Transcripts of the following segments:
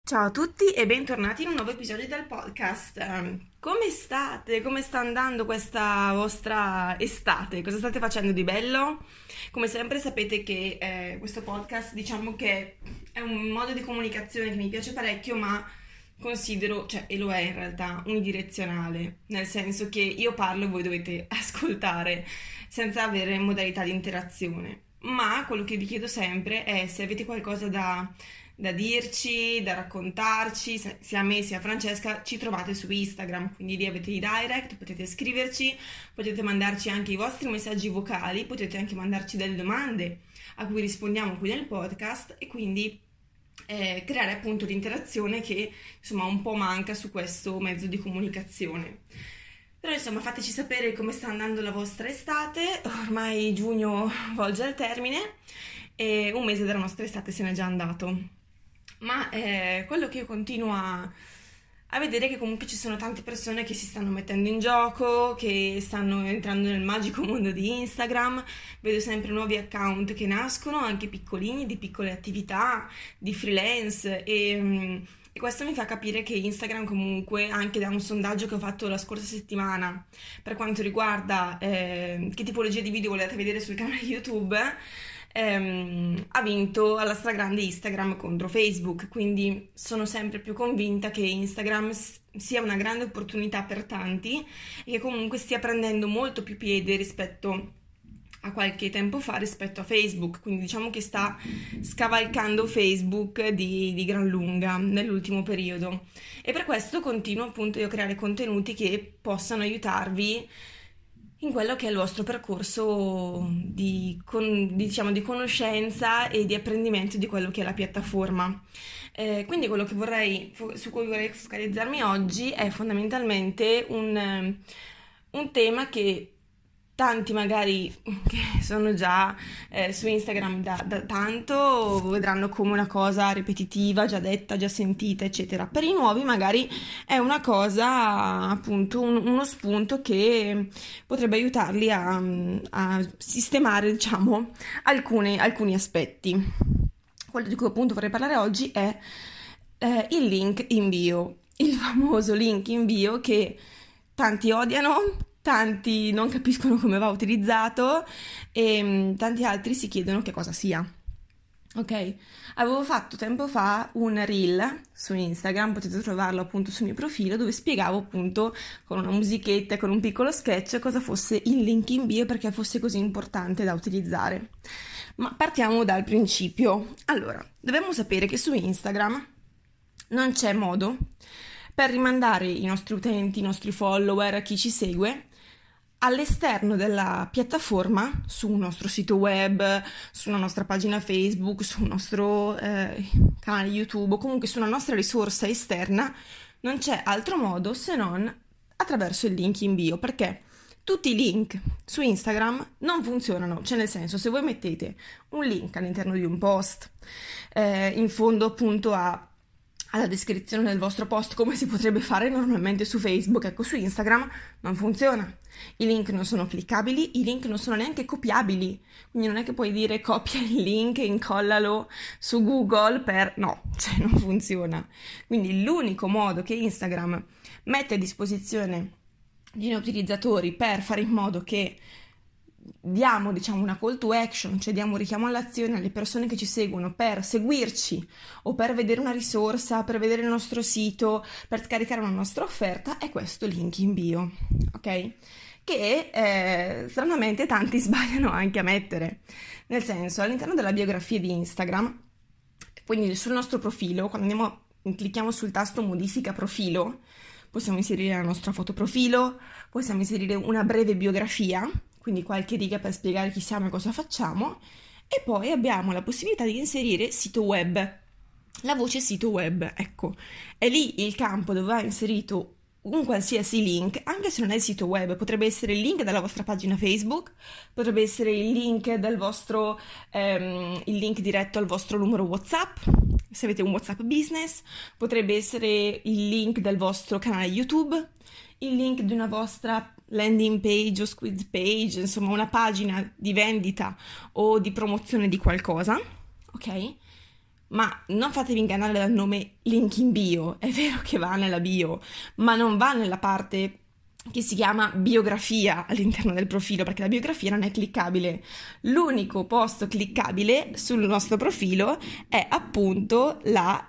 Ciao a tutti e bentornati in un nuovo episodio del podcast. Come state? Come sta andando questa vostra estate? Cosa state facendo di bello? Come sempre sapete che questo podcast diciamo che è un modo di comunicazione che mi piace parecchio, ma considero, cioè, e lo è in realtà, unidirezionale, nel senso che io parlo e voi dovete ascoltare senza avere modalità di interazione. Ma quello che vi chiedo sempre è se avete qualcosa da dirci, da raccontarci, sia a me sia a Francesca, ci trovate su Instagram, quindi lì avete i direct, potete scriverci, potete mandarci anche i vostri messaggi vocali, potete anche mandarci delle domande a cui rispondiamo qui nel podcast e quindi creare appunto l'interazione che insomma un po' manca su questo mezzo di comunicazione. Però insomma fateci sapere come sta andando la vostra estate, ormai giugno volge al termine e un mese della nostra estate se n'è già andato. Ma quello che io continuo a vedere è che comunque ci sono tante persone che si stanno mettendo in gioco, che stanno entrando nel magico mondo di Instagram, vedo sempre nuovi account che nascono, anche piccolini, di piccole attività, di freelance e questo mi fa capire che Instagram comunque, anche da un sondaggio che ho fatto la scorsa settimana per quanto riguarda che tipologia di video volete vedere sul canale YouTube, ha vinto alla stragrande Instagram contro Facebook, quindi sono sempre più convinta che Instagram sia una grande opportunità per tanti e che comunque stia prendendo molto più piede rispetto a qualche tempo fa rispetto a Facebook, quindi diciamo che sta scavalcando Facebook di gran lunga nell'ultimo periodo e per questo continuo appunto io a creare contenuti che possano aiutarvi in quello che è il vostro percorso diciamo, di conoscenza e di apprendimento di quello che è la piattaforma. Quindi quello che su cui vorrei focalizzarmi oggi è fondamentalmente un tema che tanti magari che sono già su Instagram da tanto vedranno come una cosa ripetitiva, già detta, già sentita, eccetera. Per i nuovi magari è una cosa, appunto, uno spunto che potrebbe aiutarli a sistemare, diciamo, alcuni aspetti. Quello di cui appunto vorrei parlare oggi è il link in bio, il famoso link in bio che tanti odiano, tanti non capiscono come va utilizzato e tanti altri si chiedono che cosa sia. Ok, avevo fatto tempo fa un reel su Instagram, potete trovarlo appunto sul mio profilo, dove spiegavo appunto con una musichetta e con un piccolo sketch cosa fosse il link in bio, perché fosse così importante da utilizzare. Ma partiamo dal principio. Allora, dobbiamo sapere che su Instagram non c'è modo per rimandare i nostri utenti, i nostri follower, chi ci segue, all'esterno della piattaforma, su un nostro sito web, su una nostra pagina Facebook, su un nostro canale YouTube o comunque su una nostra risorsa esterna, non c'è altro modo se non attraverso il link in bio, perché tutti i link su Instagram non funzionano, cioè nel senso, se voi mettete un link all'interno di un post, in fondo appunto alla descrizione del vostro post, come si potrebbe fare normalmente su Facebook, ecco, su Instagram non funziona. I link non sono cliccabili, i link non sono neanche copiabili, quindi non è che puoi dire copia il link e incollalo su Google no, cioè non funziona. Quindi l'unico modo che Instagram mette a disposizione gli utilizzatori per fare in modo che diamo, diciamo, una call to action, cioè diamo un richiamo all'azione alle persone che ci seguono per seguirci o per vedere una risorsa, per vedere il nostro sito, per scaricare una nostra offerta, è questo link in bio, ok? Che stranamente tanti sbagliano anche a mettere, nel senso, all'interno della biografia di Instagram, quindi sul nostro profilo, quando clicchiamo sul tasto modifica profilo, possiamo inserire la nostra foto profilo, possiamo inserire una breve biografia, quindi qualche riga per spiegare chi siamo e cosa facciamo, e poi abbiamo la possibilità di inserire sito web, la voce sito web, ecco, è lì il campo dove va inserito un qualsiasi link, anche se non è il sito web, potrebbe essere il link della vostra pagina Facebook, potrebbe essere il link il link diretto al vostro numero WhatsApp, se avete un WhatsApp business, potrebbe essere il link del vostro canale YouTube, il link di una vostra landing page o squid page, insomma una pagina di vendita o di promozione di qualcosa, ok? ma non fatevi ingannare dal nome link in bio, è vero che va nella bio, ma non va nella parte che si chiama biografia all'interno del profilo, perché la biografia non è cliccabile. L'unico posto cliccabile sul nostro profilo è appunto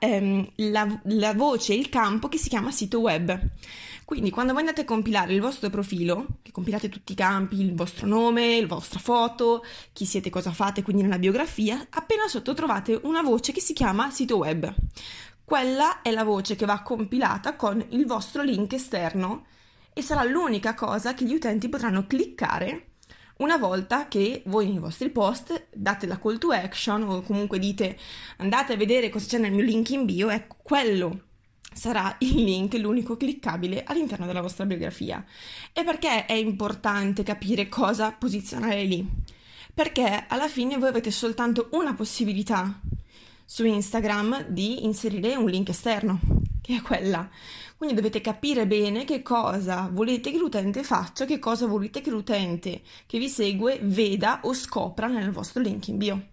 la voce, il campo che si chiama sito web. Quindi quando voi andate a compilare il vostro profilo, che compilate tutti i campi, il vostro nome, la vostra foto, chi siete, cosa fate, quindi nella biografia, appena sotto trovate una voce che si chiama sito web. Quella è la voce che va compilata con il vostro link esterno e sarà l'unica cosa che gli utenti potranno cliccare una volta che voi nei vostri post date la call to action o comunque dite andate a vedere cosa c'è nel mio link in bio, ecco quello sarà il link, l'unico cliccabile all'interno della vostra biografia. E perché è importante capire cosa posizionare lì? Perché alla fine voi avete soltanto una possibilità su Instagram di inserire un link esterno, che è quella. Quindi dovete capire bene che cosa volete che l'utente faccia, che cosa volete che l'utente che vi segue veda o scopra nel vostro link in bio.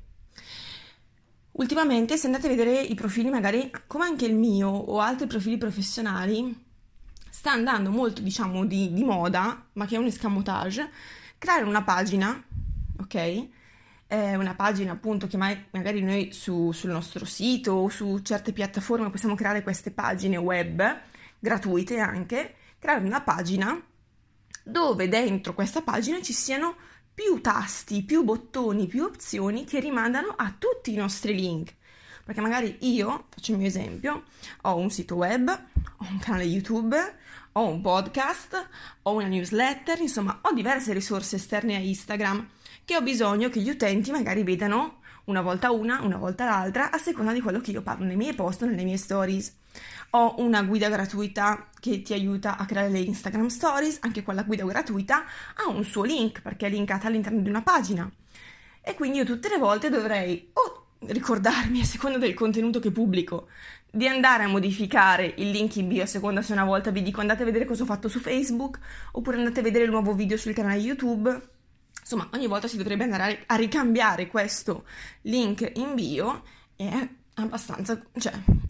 Ultimamente, se andate a vedere i profili, magari come anche il mio o altri profili professionali, sta andando molto, diciamo, di moda, ma che è un escamotage, creare una pagina, ok? Una pagina appunto che magari noi sul nostro sito o su certe piattaforme possiamo creare queste pagine web, gratuite anche, creare una pagina dove dentro questa pagina ci siano più tasti, più bottoni, più opzioni che rimandano a tutti i nostri link. Perché magari io, faccio il mio esempio, ho un sito web, ho un canale YouTube, ho un podcast, ho una newsletter, insomma, ho diverse risorse esterne a Instagram che ho bisogno che gli utenti magari vedano una volta una volta l'altra, a seconda di quello che io parlo nei miei post o nelle mie stories. Ho una guida gratuita che ti aiuta a creare le Instagram Stories, anche quella guida gratuita ha un suo link perché è linkata all'interno di una pagina. E quindi io tutte le volte dovrei o ricordarmi, a seconda del contenuto che pubblico, di andare a modificare il link in bio a seconda se una volta vi dico andate a vedere cosa ho fatto su Facebook, oppure andate a vedere il nuovo video sul canale YouTube. Insomma, ogni volta si dovrebbe andare a ricambiare questo link in bio e è abbastanza, cioè,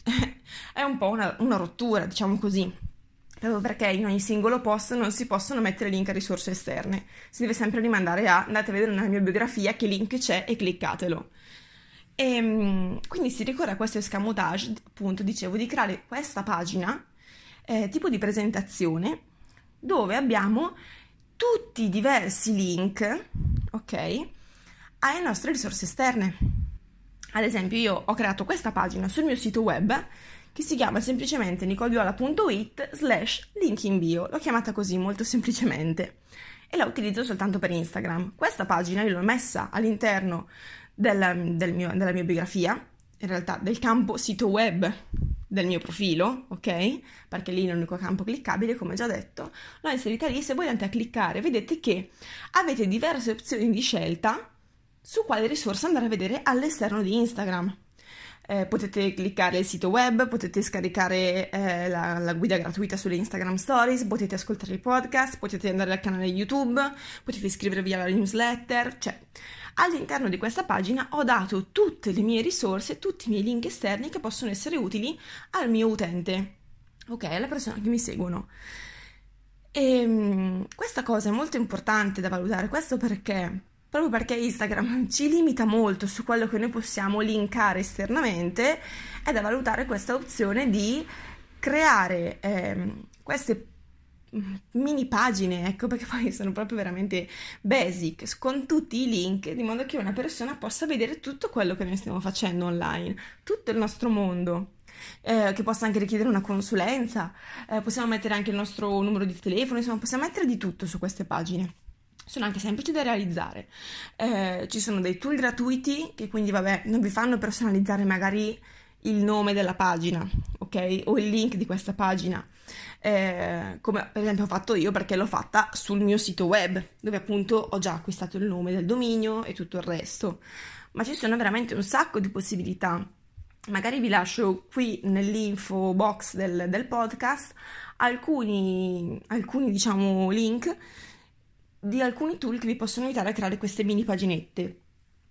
è un po' una rottura, diciamo così. Proprio perché in ogni singolo post non si possono mettere link a risorse esterne. Si deve sempre rimandare a andate a vedere nella mia biografia che link c'è e cliccatelo. E quindi si ricorre a questo escamotage, appunto, dicevo, di creare questa pagina, tipo di presentazione, dove abbiamo tutti i diversi link, ok, alle nostre risorse esterne. Ad esempio, io ho creato questa pagina sul mio sito web che si chiama semplicemente nicolviola.it/link in bio. L'ho chiamata così molto semplicemente e la utilizzo soltanto per Instagram. Questa pagina io l'ho messa all'interno della mia biografia, in realtà del campo sito web del mio profilo, ok? Perché lì è l'unico campo cliccabile, come già detto. L'ho inserita lì, se voi andate a cliccare vedete che avete diverse opzioni di scelta su quale risorsa andare a vedere all'esterno di Instagram. Potete cliccare il sito web, potete scaricare la guida gratuita sulle Instagram Stories, potete ascoltare il podcast, potete andare al canale YouTube, potete iscrivervi alla newsletter, cioè all'interno di questa pagina ho dato tutte le mie risorse, tutti i miei link esterni che possono essere utili al mio utente, ok, alle persone che mi seguono. E questa cosa è molto importante da valutare, questo perché? Proprio perché Instagram ci limita molto su quello che noi possiamo linkare esternamente, è da valutare questa opzione di creare queste mini pagine, ecco, perché poi sono proprio veramente basic, con tutti i link, di modo che una persona possa vedere tutto quello che noi stiamo facendo online, tutto il nostro mondo. Che possa anche richiedere una consulenza, possiamo mettere anche il nostro numero di telefono, insomma possiamo mettere di tutto su queste pagine. Sono anche semplici da realizzare. Ci sono dei tool gratuiti che quindi, vabbè, non vi fanno personalizzare magari il nome della pagina, ok? O il link di questa pagina, come per esempio ho fatto io perché l'ho fatta sul mio sito web, dove appunto ho già acquistato il nome del dominio e tutto il resto. Ma ci sono veramente un sacco di possibilità. Magari vi lascio qui nell'info box del podcast alcuni diciamo link di alcuni tool che vi possono aiutare a creare queste mini paginette.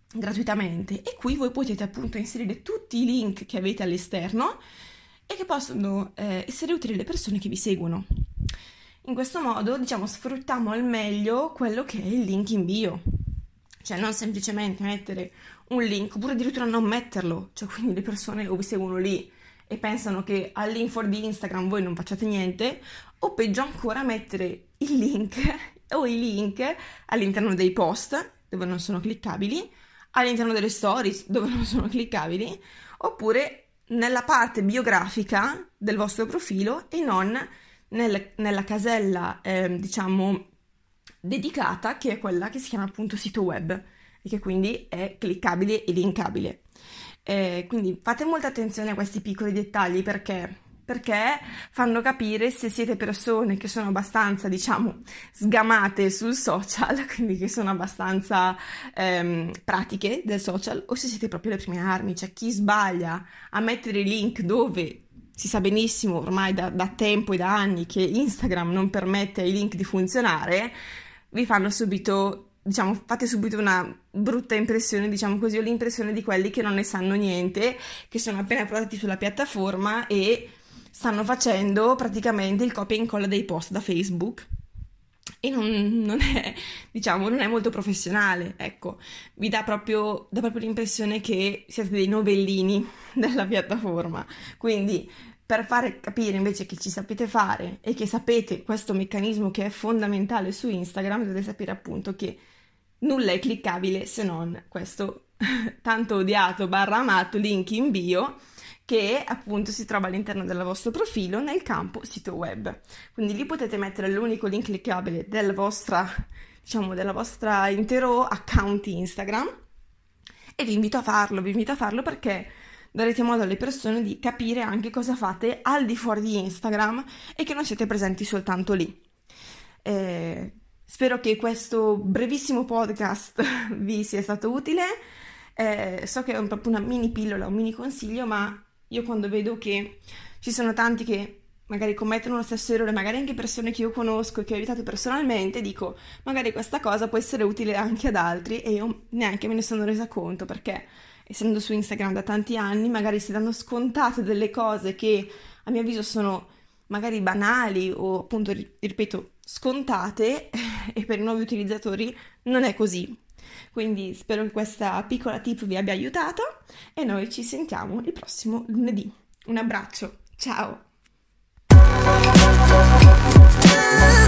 gratuitamente, e qui voi potete appunto inserire tutti i link che avete all'esterno e che possono essere utili alle persone che vi seguono. In questo modo, diciamo, sfruttiamo al meglio quello che è il link in bio, cioè non semplicemente mettere un link, oppure addirittura non metterlo, cioè quindi le persone o vi seguono lì e pensano che all'info di Instagram voi non facciate niente, o peggio ancora mettere il link o i link all'interno dei post dove non sono cliccabili, all'interno delle stories dove non sono cliccabili, oppure nella parte biografica del vostro profilo e non nella casella, diciamo, dedicata, che è quella che si chiama appunto sito web e che quindi è cliccabile e linkabile. Quindi fate molta attenzione a questi piccoli dettagli perché fanno capire se siete persone che sono abbastanza, diciamo, sgamate sul social, quindi che sono abbastanza pratiche del social, o se siete proprio le prime armi. Cioè chi sbaglia a mettere i link dove si sa benissimo ormai da tempo e da anni che Instagram non permette ai link di funzionare, vi fanno subito, diciamo, fate subito una brutta impressione, diciamo così, o l'impressione di quelli che non ne sanno niente, che sono appena approdati sulla piattaforma e stanno facendo praticamente il copia e incolla dei post da Facebook. E non è, diciamo, non è molto professionale, ecco, vi dà proprio l'impressione che siete dei novellini della piattaforma. Quindi, per fare capire invece che ci sapete fare e che sapete questo meccanismo che è fondamentale su Instagram, dovete sapere appunto che nulla è cliccabile se non questo tanto odiato / amato link in bio, che appunto si trova all'interno del vostro profilo nel campo sito web. Quindi lì potete mettere l'unico link cliccabile della vostra intero account Instagram, e vi invito a farlo perché darete modo alle persone di capire anche cosa fate al di fuori di Instagram e che non siete presenti soltanto lì. Spero che questo brevissimo podcast vi sia stato utile. So che è proprio una mini pillola, un mini consiglio, ma io quando vedo che ci sono tanti che magari commettono lo stesso errore, magari anche persone che io conosco e che ho aiutato personalmente, dico magari questa cosa può essere utile anche ad altri, e io neanche me ne sono resa conto, perché essendo su Instagram da tanti anni magari si danno scontate delle cose che a mio avviso sono magari banali o appunto, ripeto, scontate, e per i nuovi utilizzatori non è così. Quindi spero che questa piccola tip vi abbia aiutato e noi ci sentiamo il prossimo lunedì. Un abbraccio, ciao!